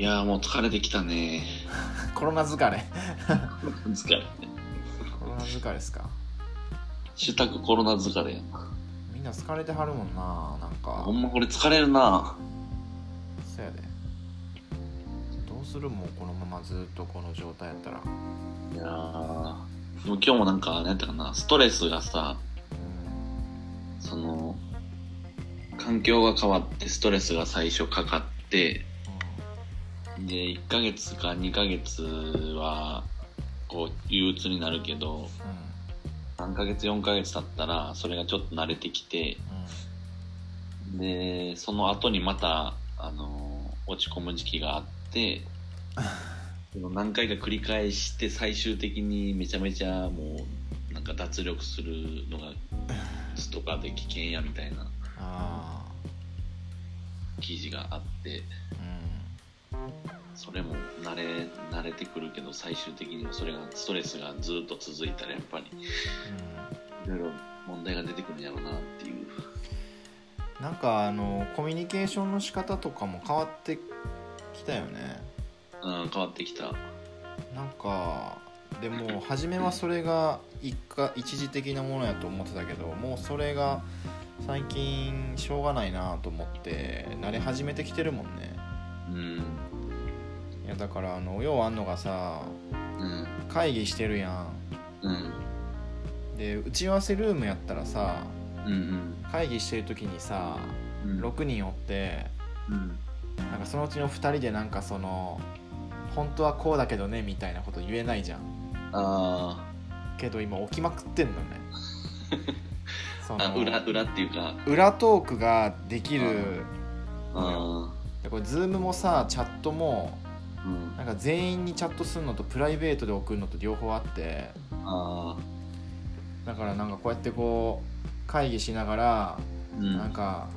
やーもう疲れてきたね。 コロナ疲れ疲れ。 コロナ疲れですか。 主託コロナ疲れやな。 みんな疲れてはるもんな。なんかほんまこれ疲れるな。 そやで。どうするもうこのままずっとこの状態やったら。 いやーでも今日もなんか何やったかな、ストレスがさ、その環境が変わってストレスが最初かかって、で1ヶ月か2ヶ月はこう憂鬱になるけど、3ヶ月4ヶ月経ったらそれがちょっと慣れてきて、でその後にまた落ち込む時期があって何回か繰り返して最終的にめちゃめちゃもうなんか脱力するのがストカで危険やみたいな記事があって、それも慣れてくるけど最終的にはそれがストレスがずっと続いたらやっぱりいろいろ問題が出てくるんやろうなっていう。 なんかコミュニケーションの仕方とかも変わってきたよね。 変わってきた。 なんかでも初めはそれが一時的なものやと思ってたけど、もうそれが最近しょうがないなと思って慣れ始めてきてるもんね。いやだから要はあんのがさ、会議してるやん、で打ち合わせルームやったらさ、会議してる時にさ、6人おって、なんかそのうちの2人でなんかその本当はこうだけどねみたいなこと言えないじゃん。けど今起きまくってんのねその裏っていうか裏トークができるのよ。でこれ Zoom もさチャットも、なんか全員にチャットするのとプライベートで送るのと両方あって、だからなんかこうやってこう会議しながら、なんか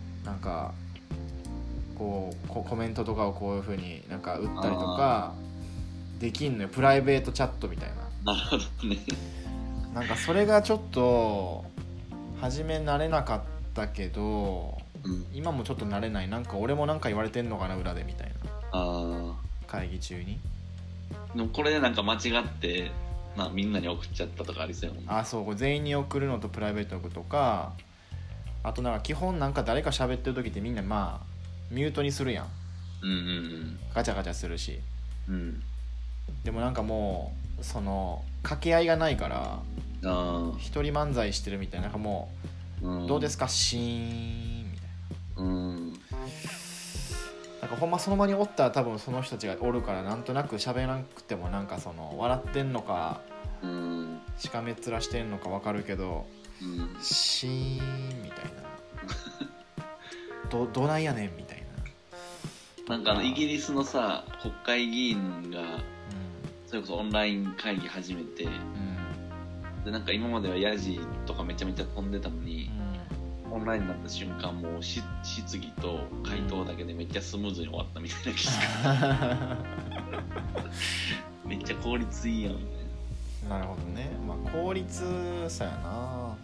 こうコメントとかをこういう風になんか打ったりとかできんのよ、プライベートチャットみたいな。 なるほどね。 なんかそれがちょっと初め慣れなかったけど、今もちょっと慣れない。なんか俺もなんか言われてんのかな裏でみたいな、会議中に。 でもこれでなんか間違ってみんなに送っちゃったとかありそうやもんね。 そう、これ全員に送るのとプライベートに送るとか、あとなんか基本なんか誰か喋ってる時ってみんなまあミュートにするやん、ガチャガチャするし、でもなんかもうその掛け合いがないから一人漫才してるみたいな、なんかもう、どうですかシーンみたいな、なんかほんまその場におったら多分その人たちがおるからなんとなく喋らなくてもなんかその笑ってんのか、しかめっ面してんのか分かるけど、シーンみたいなどないやねんみたいな。 なんかイギリスのさ国会議員が、それこそオンライン会議始めて、でなんか今まではヤジとかめちゃめちゃ飛んでたのに、オンラインになった瞬間もう質疑と回答だけでめっちゃスムーズに終わったみたいな気がめっちゃ効率いいやんみたいな。なるほどね。まあ効率さやな。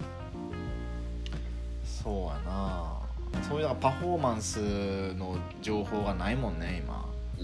そうやな。そういうパフォーマンスの情報がないもんね今。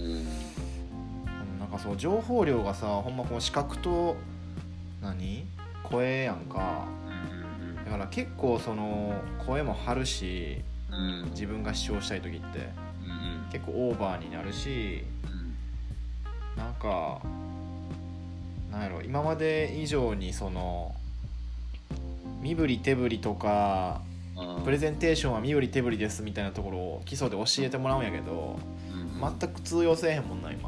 なんかそう情報量がさほんまこう視覚と声やんか。だから結構その声も張るし、自分が視聴したい時って、結構オーバーになるし、なんかなんやろ、今まで以上にその身振り手振りとかプレゼンテーションは身振り手振りですみたいなところを基礎で教えてもらうんやけど、全く通用せえへんもんな今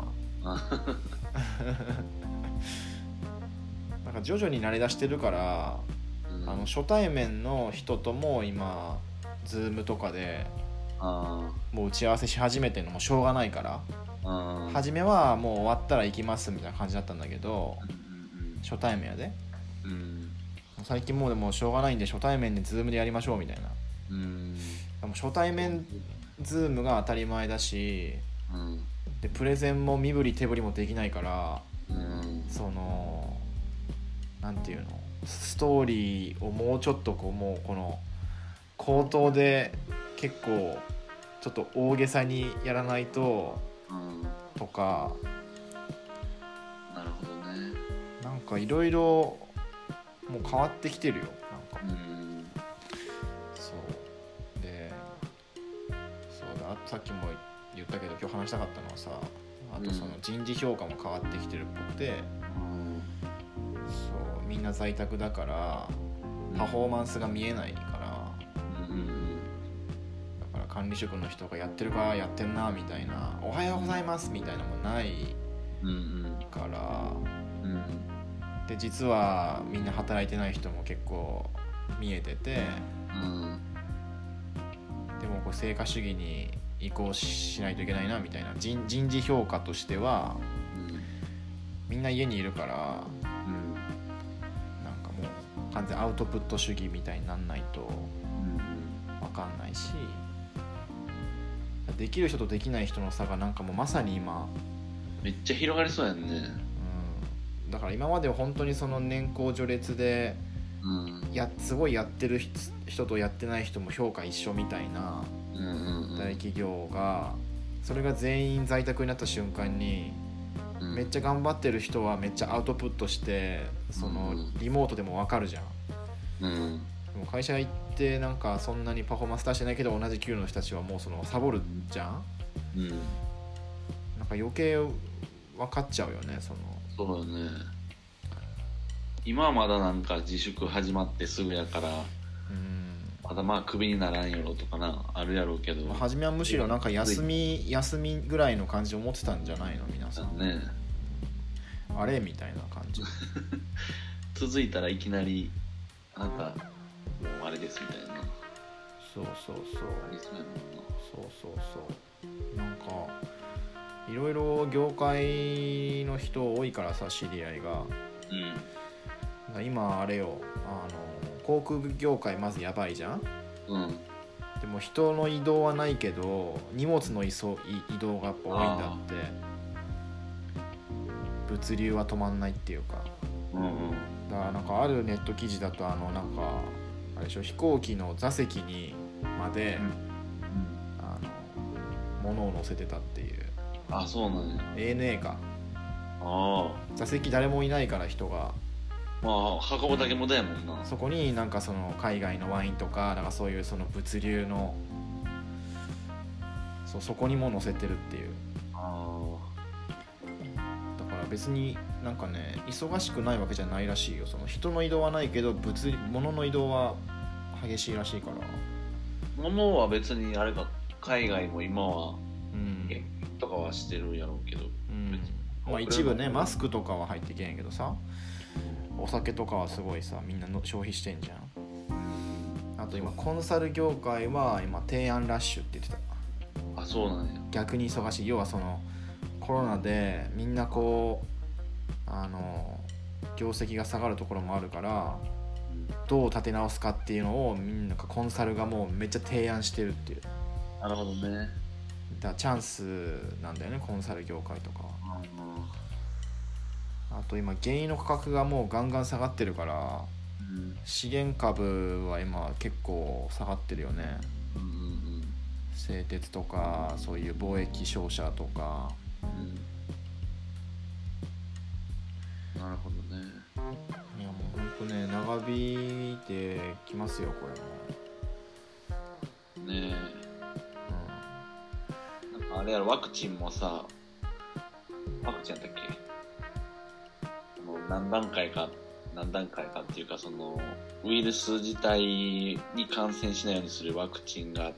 なんか徐々に慣れ出してるから、初対面の人とも今 Zoom とかでもう打ち合わせし始めてるのもしょうがないから、初めはもう終わったら行きますみたいな感じだったんだけど、初対面やで、最近もうでもしょうがないんで初対面で Zoom でやりましょうみたいな、でも初対面 Zoom が当たり前だし、でプレゼンも身振り手振りもできないから、そのなんていうの、ストーリーをもうちょっとこうもうこの口頭で結構ちょっと大げさにやらないと、 とか、 なるほどね。 なんかいろいろもう変わってきてるよ、なんか。そうで、そうだ、あとさっきも言ったけど今日話したかったのはさ、あとその人事評価も変わってきてるっぽくて、そうみんな在宅だからパフォーマンスが見えないから、だから管理職の人がやってるかやってんなみたいな、おはようございますみたいなのもないから、で実はみんな働いてない人も結構見えてて、でもこう成果主義に移行しないといけないなみたいな、人事評価としては、みんな家にいるから、なんかもう完全アウトプット主義みたいになんないと分かんないし、できる人とできない人の差がなんかもうまさに今めっちゃ広がりそうやんね。 だから今までは本当にその年功序列で、すごいやってる人とやってない人も評価一緒みたいな大企業が、それが全員在宅になった瞬間に、めっちゃ頑張ってる人はめっちゃアウトプットして、そのリモートでも分かるじゃん。でも会社行ってなんかそんなにパフォーマンス出してないけど同じ給料の人たちはもうそのサボるじゃん。なんか余計分かっちゃうよね、その。 そうだね。今はまだなんか自粛始まってすぐやから、まだまあクビにならんやろとかな、あるやろうけど、 初めはむしろなんか休みぐらいの感じを持ってたんじゃないの皆さんね。 あれみたいな感じ続いたらいきなりなんかもうあれですみたいな。 そうありそうやもんな。 そうなんかいろいろ業界の人多いからさ、知り合いが、今あれよ、航空業界まずやばいじゃん。でも人の移動はないけど荷物の移動がやっぱ多いんだって。物流は止まんないっていうか、だからなんかあるネット記事だとなんかあれでしょ、飛行機の座席にまで、物を乗せてたっていう。 あ、そうなんや。 ANA か。座席誰もいないから人が、 まあ運ぶだけ無駄やもんな。 そこになんかその海外のワインとかなんかそういうその物流のそこにも載せてるっていう。だから別になんかね、忙しくないわけじゃないらしいよ。その人の移動はないけど物の移動は激しいらしいから。 物は別にあれか、海外も今はとかはしてるやろうけど、 まあ一部ね、マスクとかは入ってけへんけどさ、お酒とかはすごいさ、みんなの消費してんじゃん。あと今コンサル業界は今提案ラッシュって言ってた。 あ、そうなんや。 逆に忙しい。要はそのコロナでみんなこう業績が下がるところもあるから、どう立て直すかっていうのをみんなコンサルがもうめっちゃ提案してるっていう。 なるほどね。 だからチャンスなんだよね、コンサル業界とかは。あと今原油の価格がもうガンガン下がってるから、資源株は今結構下がってるよね。製鉄とかそういう貿易商社とか、 なるほどね。 いやもうほんとね、長引いてきますよこれもね。なんかあれやろ、ワクチンもさ、ワクチンやったっけ、何段階かっていうか、そのウイルス自体に感染しないようにするワクチンがあって、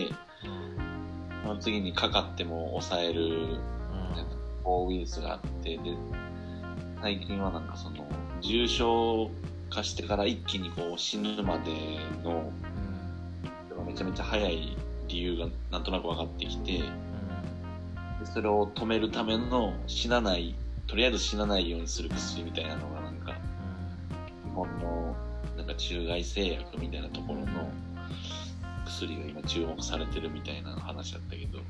その次にかかっても抑える抗ウイルスがあって、で最近はなんかその重症化してから一気にこう死ぬまでの、めちゃめちゃ早い理由がなんとなく分かってきて、でそれを止めるためのとりあえず死なないようにする薬みたいなのがなんか、日本のなんか中外製薬みたいなところの薬が今注目されてるみたいな話だったけど、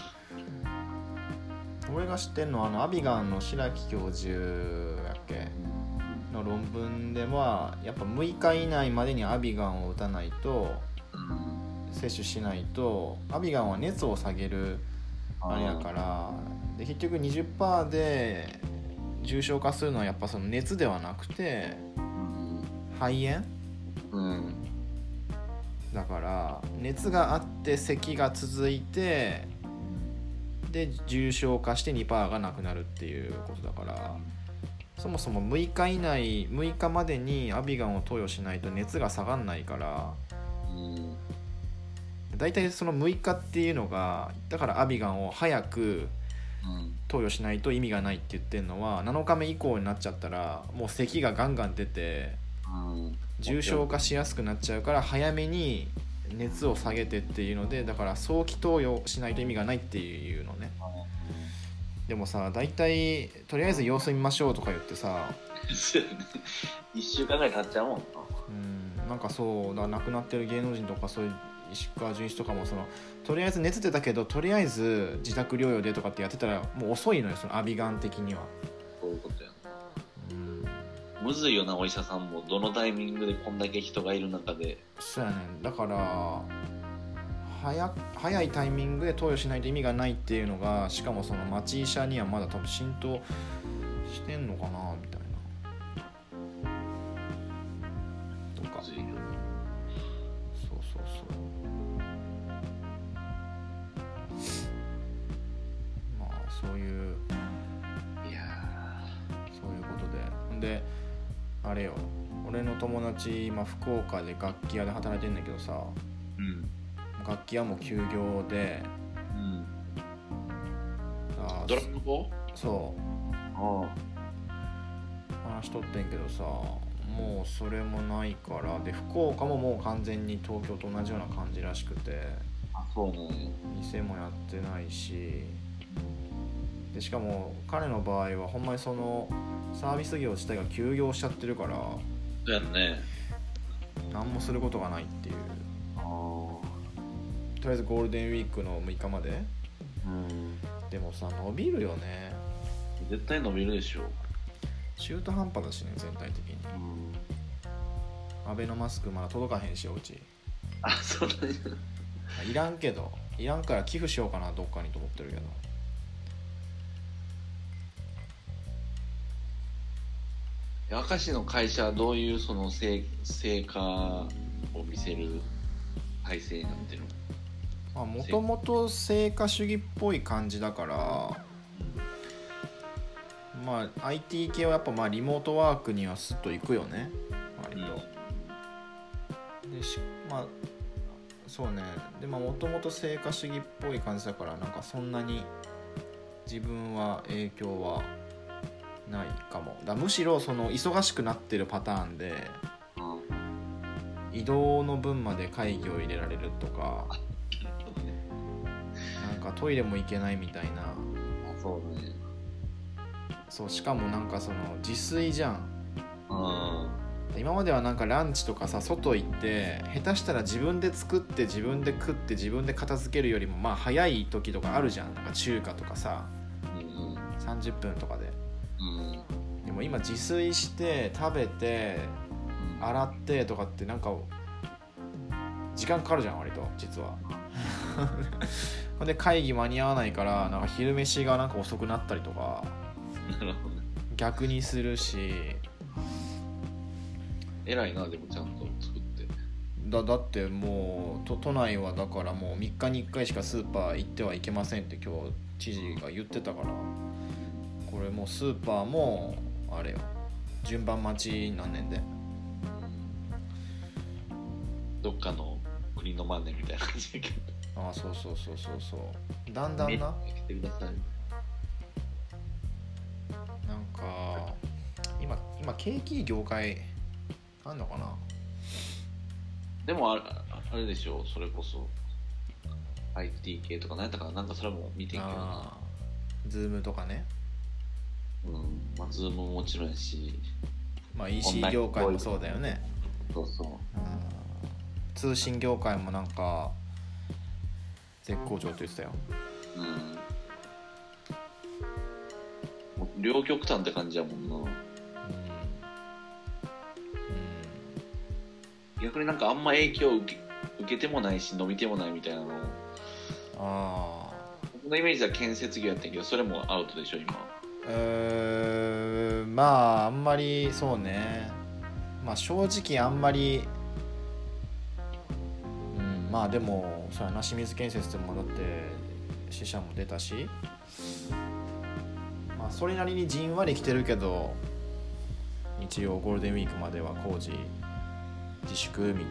俺が知ってんのはアビガンの白木教授やっけの論文では、やっぱ6日以内までにアビガンを打たないと、接種しないと、アビガンは熱を下げるあれやから、で結局20%で重症化するのはやっぱその熱ではなくて肺炎、だから熱があって咳が続いてで重症化して 2% がなくなるっていうことだから、そもそも6日までにアビガンを投与しないと熱が下がんないから、だいたいその6日っていうのがだからアビガンを早く投与しないと意味がないって言ってるのは、7日目以降になっちゃったらもう咳がガンガン出て重症化しやすくなっちゃうから早めに熱を下げてっていうので、だから早期投与しないと意味がないっていうのね。でもさ、大体とりあえず様子見ましょうとか言ってさ 1週間ぐらい経っちゃうもんな。 なんかそうだ、亡くなってる芸能人とかそういう石川純一とかもとりあえず熱出たけどとりあえず自宅療養でとかってやってたらもう遅いのよ、そのアビガン的には。 そういうことやな。むずいよな、お医者さんもどのタイミングでこんだけ人がいる中で。 そうやねん、だから早いタイミングで投与しないと意味がないっていうのが、しかもその町医者にはまだ多分浸透してんのかなみたいなとか。そうまあそういうことであれよ、俺の友達今福岡で楽器屋で働いてんだけどさ、楽器屋も休業で、 ドラムの子？ そう話しとってんけどさ、もうそれもないから、で福岡ももう完全に東京と同じような感じらしくて、 そうなんや。 店もやってないし、でしかも彼の場合はほんまにそのサービス業自体が休業しちゃってるから、 そうやんね、 何もすることがないっていう。とりあえずゴールデンウィークの6日まで、でもさ伸びるよね。 絶対伸びるでしょ。 中途半端だしね、全体的に。アベノマスクまだ届かへんし、おうち。 そうだね。 いらんけど、いらんから寄付しようかなどっかにと思ってるけど。 明石の会社はどういうその成果を見せる体制になってるの？ もともと成果主義っぽい感じだから、IT 系はやっぱリモートワークにはスッと行くよね、割と。でそうね。でもともと成果主義っぽい感じだから、なんかそんなに自分は影響はないかも。むしろその忙しくなってるパターンで、移動の分まで会議を入れられるとか、なんかトイレも行けないみたいな。 そうね。 そう、しかもなんかその自炊じゃん。今まではなんかランチとかさ、外行って下手したら自分で作って自分で食って自分で片付けるよりも早い時とかあるじゃん。なんか中華とかさ、30分とかで。でも今自炊して食べて洗ってとかってなんか時間かかるじゃん、割と実は。で会議間に合わないからなんか昼飯がなんか遅くなったりとか逆にするし。 偉いな、でもちゃんと作ってだってもう都内はだからもう3日に1回しかスーパー行ってはいけませんって今日知事が言ってたから、これもうスーパーもあれよ、順番待ちなんねんで。 どっかの国のマネみたいな感じだけど。 そうだんだんな。 来てください。 なんか今景気業界あんのかな。 でもあれでしょ、それこそ IT 系とか何やったかな、なんかそれも見てんけどな。 ズームとかね。 ズームももちろんやし、 EC 業界もそうだよね。 そう、 通信業界もなんか絶好調と言ってたよ。 もう両極端って感じやもんな。逆になんかあんま影響を受けてもないし伸びてもないみたいなのをのイメージは建設業やったけど、それもアウトでしょ今。 まああんまりそうね、まあ正直あんまり、まあでもそうやな、清水建設でもだって死者も出たし、まあそれなりにじんわり来てるけど、一応ゴールデンウィークまでは工事自粛みたいな。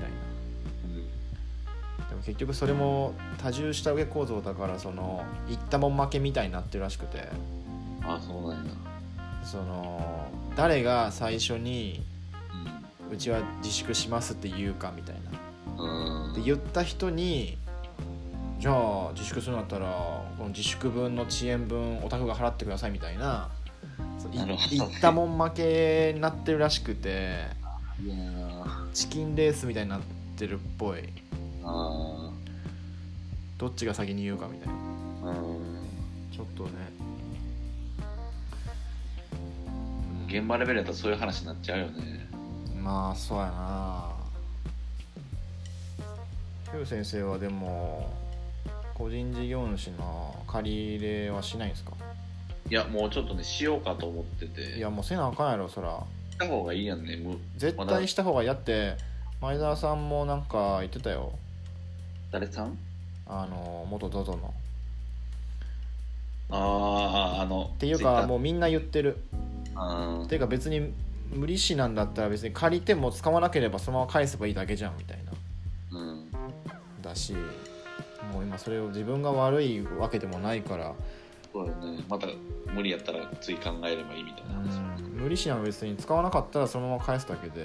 でも結局それも多重下請け構造だから、そのいったもん負けみたいになってるらしくて、 そうなんや。 その誰が最初にうちは自粛しますって言うかみたいな、で言った人にじゃあ自粛するんだったらこの自粛分の遅延分お宅が払ってくださいみたいな、言ったもん負けになってるらしくて、チキンレースみたいになってるっぽい。どっちが先に言うかみたいな。ちょっとね、 現場レベルだったらそういう話になっちゃうよね。 まあそうやな。ヒュー先生はでも個人事業主の借り入れはしないんですか？ いやもうちょっとねしようかと思ってて。 いやもうせなあかんやろ、そら。 した方がいいやんね。 絶対した方がいい。やって前澤さんもなんか言ってたよ。 誰さん？ 元 ZOZO の。っていうかもうみんな言ってる。っていうか別に無利子なんだったら別に借りても使わなければそのまま返せばいいだけじゃんみたいな。だし、もう今それを自分が悪いわけでもないから。 そうだね。また無理やったら次考えればいいみたいな話。 無利子なの別に使わなかったらそのまま返すだけで。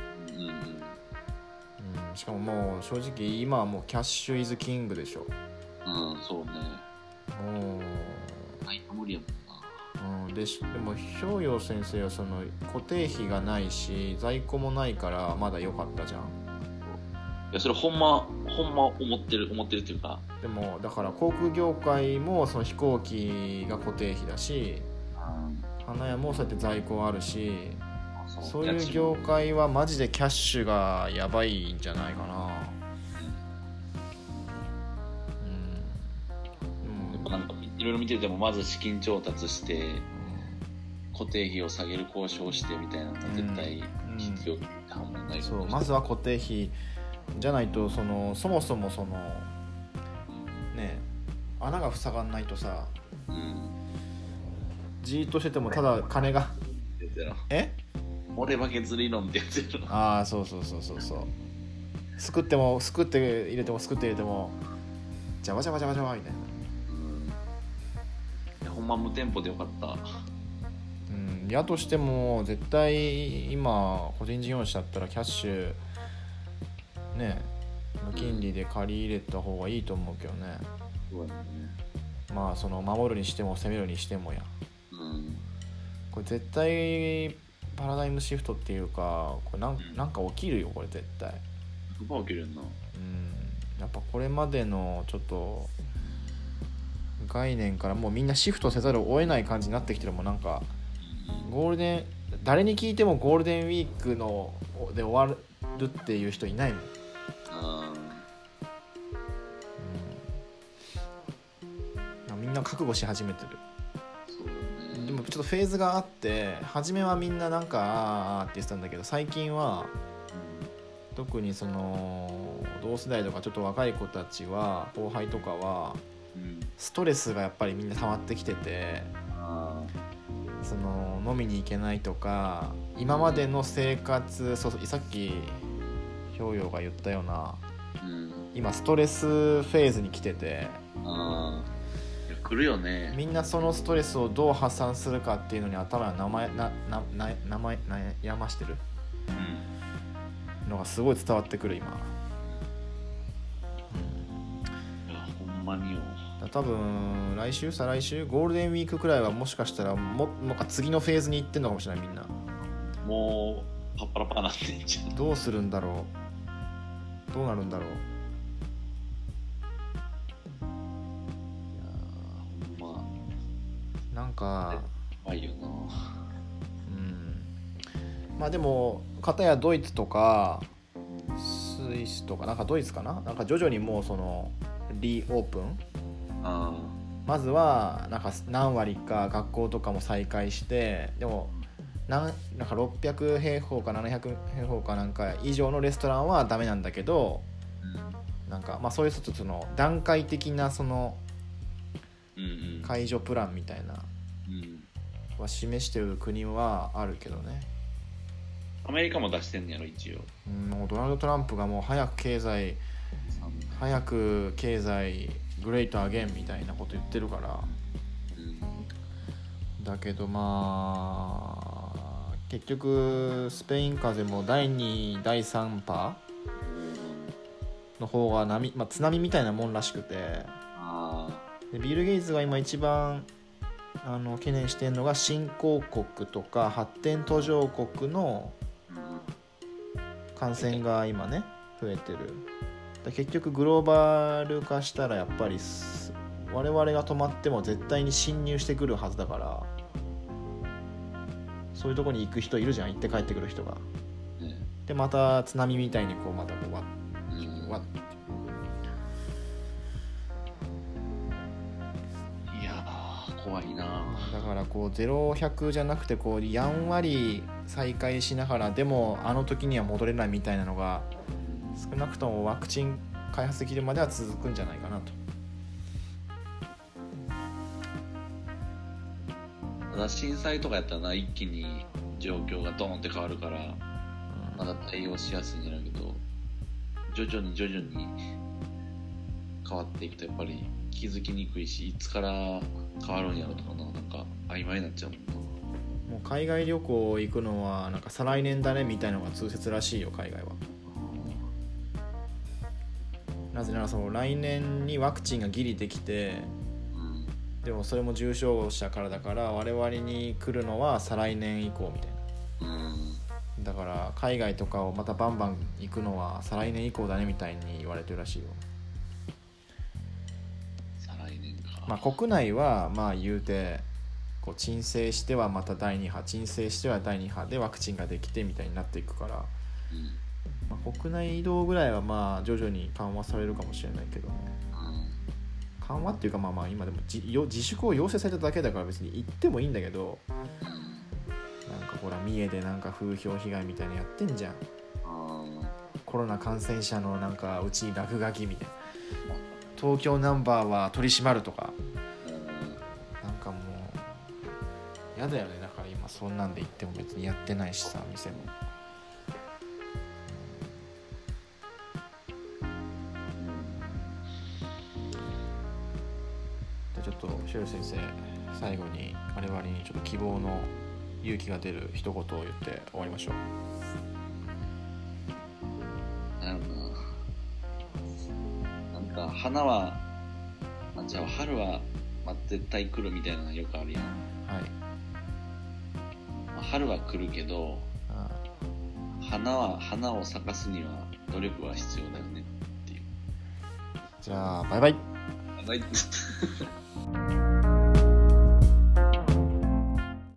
しかももう正直今はもうキャッシュイズキングでしょ。 そうね。もう無理やもんな。でも氷陽先生はその固定費がないし在庫もないからまだ良かったじゃん。 いやそれほんま思ってるっていうか。 でもだから航空業界もその飛行機が固定費だし、花屋もそうやって在庫あるし、そういう業界はマジでキャッシュがやばいんじゃないかな。 なんかいろいろ見ててもまず資金調達して、固定費を下げる交渉してみたいなのが絶対必要って判断ない。 そう、まずは固定費じゃないとそもそもそのね穴が塞がんないとさ、じーっとしててもただ金が俺バケツ理論ってやつやろ。 そうすくって入れてもすくって入れてもジャバジャバジャバジャバみたいな。 ほんま無店舗でよかった。 やとしても絶対今個人事業主だったらキャッシュね無金利で借り入れた方がいいと思うけどね。 そうだね。 まあその守るにしても攻めるにしてもや。これ絶対パラダイムシフトっていうか、これなんか起きるよこれ絶対。 起きるんな。 やっぱこれまでのちょっと概念からもうみんなシフトせざるを得ない感じになってきてるもん。なんか誰に聞いてもゴールデンウィークので終わるっていう人いないもん。みんな覚悟し始めてる。でもちょっとフェーズがあって、初めはみんななんかって言ってたんだけど、最近は特にその同世代とかちょっと若い子たちは、後輩とかはストレスがやっぱりみんな溜まってきてて、その飲みに行けないとか、今までの生活、さっき氷陽が言ったような、今ストレスフェーズに来てて、 来るよね。 みんなそのストレスをどう発散するかっていうのに頭が悩ましてるのがすごい伝わってくる今。 いやほんまによ。 多分来週再来週ゴールデンウィークくらいはもしかしたらなんか次のフェーズに行ってんのかもしれない。みんなもうパッパラパーなってんじゃん。 どうするんだろう、どうなるんだろう。なんか怖いよな。 まあでも片やドイツとかスイスとか、なんかドイツかな、なんか徐々にもうそのリオープンまずはなんか何割か学校とかも再開して、でもなんか600平方か700平方かなんか以上のレストランはダメなんだけど、なんかまあそういうその段階的なその解除プランみたいなは示してる国はあるけどね。 アメリカも出してんねやろ一応。 もうドナルド・トランプがもう早く経済グレートアゲンみたいなこと言ってるから、だけどまあ結局スペイン風邪も第2第3波の方が津波みたいなもんらしくて、でビル・ゲイツが今一番懸念してるのが新興国とか発展途上国の感染が今ね増えてる。結局グローバル化したらやっぱり我々が止まっても絶対に侵入してくるはずだから、そういうとこに行く人いるじゃん、行って帰ってくる人が、でまた津波みたいにこうまたこうわっていや怖いな。 だからこう0-100じゃなくてこうやんわり再開しながらでもあの時には戻れないみたいなのが少なくともワクチン開発できるまでは続くんじゃないかなと。 ただ震災とかやったらな、一気に状況がドーンって変わるから、まだ対応しやすいんじゃないけど、徐々に変わっていくとやっぱり気づきにくいし、いつから変わるんやろとかなんか曖昧になっちゃうもんな。 もう海外旅行行くのはなんか再来年だねみたいなのが通説らしいよ、海外は。なぜならその来年にワクチンがギリできて、でもそれも重症者からだから我々に来るのは再来年以降みたいな、だから海外とかをまたバンバン行くのは再来年以降だねみたいに言われてるらしいよ。 再来年か。 まあ国内はまあ言うてこう鎮静してはまた第2波、鎮静しては第2波でワクチンができてみたいになっていくから、まあ、国内移動ぐらいはまあ徐々に緩和されるかもしれないけどね。緩和っていうかまあ今でも自粛を要請されただけだから別に行ってもいいんだけど、なんかほら三重でなんか風評被害みたいなやってんじゃん。コロナ感染者のなんかうちに落書きみたいな、東京ナンバーは取り締まるとか、なんかもうやだよね。だから今そんなんで行っても別にやってないしさ、店も。ちょっとシェル先生、最後に我々にちょっと希望の勇気が出る一言を言って終わりましょう。 なんか花はじゃあ春は、絶対来るみたいなのよくあるやん。 はい。 春は来るけど、花を咲かすには努力は必要だよねっていう。 じゃあバイバイ。 バイバイ。